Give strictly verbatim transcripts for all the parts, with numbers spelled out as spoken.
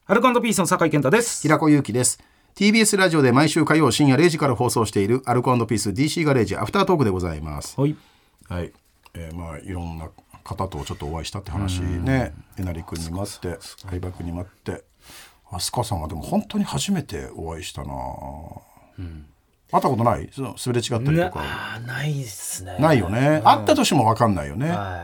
アルコ&ピースの酒井健太です。 平子祐希です。 ティービーエス ラジオで毎週火曜深夜れいじから放送しているアルコ&ピース ディーシー ガレージアフタートークでございます。 はい、 はいえー、まあいろんな方とちょっとお会いしたって話ね。えなりくんに待って相葉くんに待って飛鳥さんはでも本当に初めてお会いしたな、うん、会ったことない？そのすれ違ったりとか。 なないですね。 ないよね、うん、会ったとしても分かんないよね、 はい、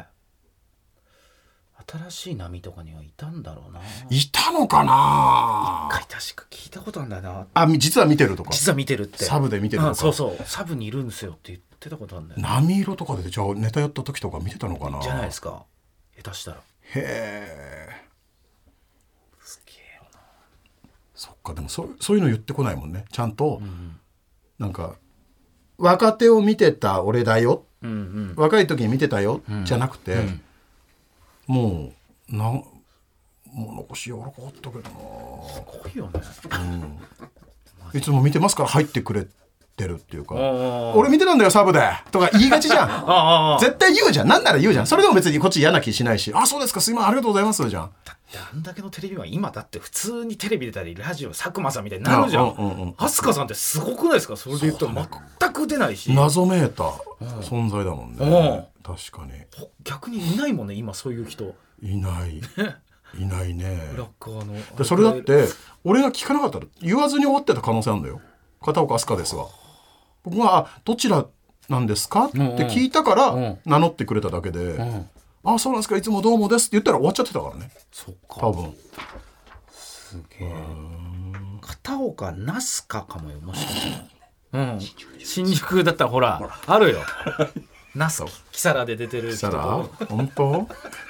新しい波とかにはいたんだろうな。 いたのかな。 一回確か聞いたことあるんだよな。 あ、実は見てるとか。 実は見てるってサブで見てるとか、 うん、そうそうサブにいるんですよって言ってたことあるんだよ、ね、 波色とかでじゃあネタやった時とか見てたのかな。 じゃないですか、下手したら。 へえ、 すげえよな。 そっか。でも そ, そういうの言ってこないもんねちゃんと、うん、なんか若手を見てた俺だよ、うんうん、若い時に見てたよ、うん、じゃなくて、うん、もうな物腰柔らかかったけどな。 すごいよね、 うん、いつも見てますから入ってくれてるっていうか、俺見てたんだよサブでとか言いがちじゃんああ絶対言うじゃん。なんなら言うじゃん。それでも別にこっち嫌な気しないし、あそうですかすいませんありがとうございますじゃん。 だってあんだけのテレビは今だって普通にテレビ出たりラジオ佐久間さんみたいになるじゃん。飛鳥さんってすごくないですか。それで言うと全く出ないし謎めいた存在だもんね。確かに逆にいないもんね今そういう人。 いないいないね。 裏側のでそれだって俺が聞かなかったら言わずに終わってた可能性あるんだよ。片岡飛鳥ですわ。僕がどちらなんですかって聞いたから名乗ってくれただけで、うんうん、あそうなんですかいつもどうもですって言ったら終わっちゃってたからね。 そっか多分すげえ。片岡那須かかもよもしかしたら、うん、新宿だったらほらあるよ那須キサラで出てる人。キサラ本当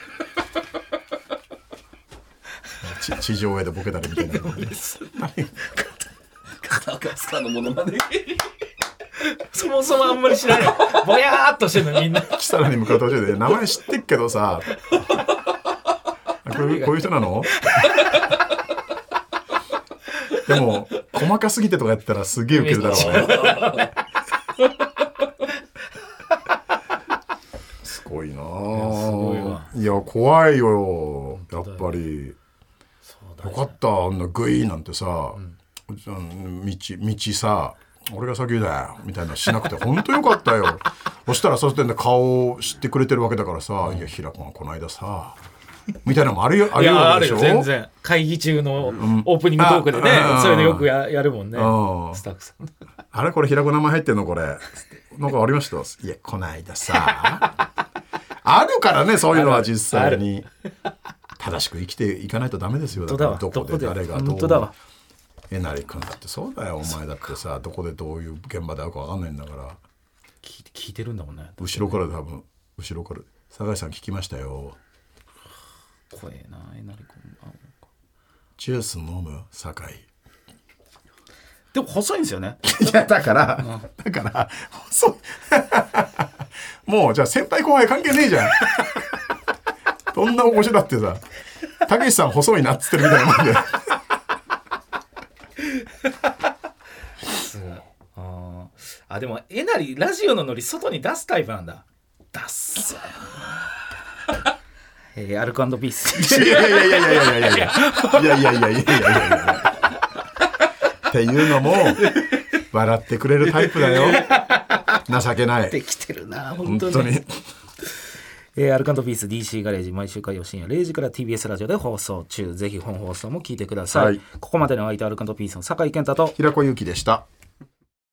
地上絵でボケたりみたいな片岡飛鳥のものまねそもそもあんまり知らないぼやーっとしてるのみんな。 キサラに向かう途中で名前知ってっけどさこういう、こういう人なのでも細かすぎてとかやったらすげえウケるだろうすごいな。いや、すごいわ。いや怖いよやっぱり。よかったあんなグイーなんてさ、うん、道, 道さ俺が先だよみたいなしなくて本当よかったよそしたらそうしてんで顔を知ってくれてるわけだからさ、うん、いや平子がこの間さみたいなのもあるよあるよあるよ全然。会議中のオープニングトークでね、うん、そういうのよく や, やるもんね、うん、スタッフさんあれこれ平子名前入ってんのこれなんかありました。いやこの間さあるからねそういうのは実際に正しく生きていかないとダメですよ。だからどこで誰がどう。えなりくんだってそうだよ。お前だってさどこでどういう現場で会うか分かんないんだから。 聞いて、聞いてるんだもんね。 後ろから多分後ろから酒井さん聞きましたよ。 怖えなえなりくん。 ジュース飲む酒井。 でも細いんですよね。 いやだから、うん、だから細いもうじゃあ先輩後輩関係ねえじゃんどんな面白だってさたけしさん細いなっつってるみたいなもんでああでもえなりラジオのノリ外に出すタイプなんだ。出すえー、アルコ&ピースいやいやいやいやいやいやいやいやいやいやいやいやいやっていうのも笑ってくれるタイプだよ。情けない。 できてるな本当に。本当にえー、アルカンドピース ディーシー ガレージ毎週火曜深夜れいじから ティービーエス ラジオで放送中。ぜひ本放送も聞いてください、はい、ここまでの相手アルカンドピースの酒井健太と平子祐希でした。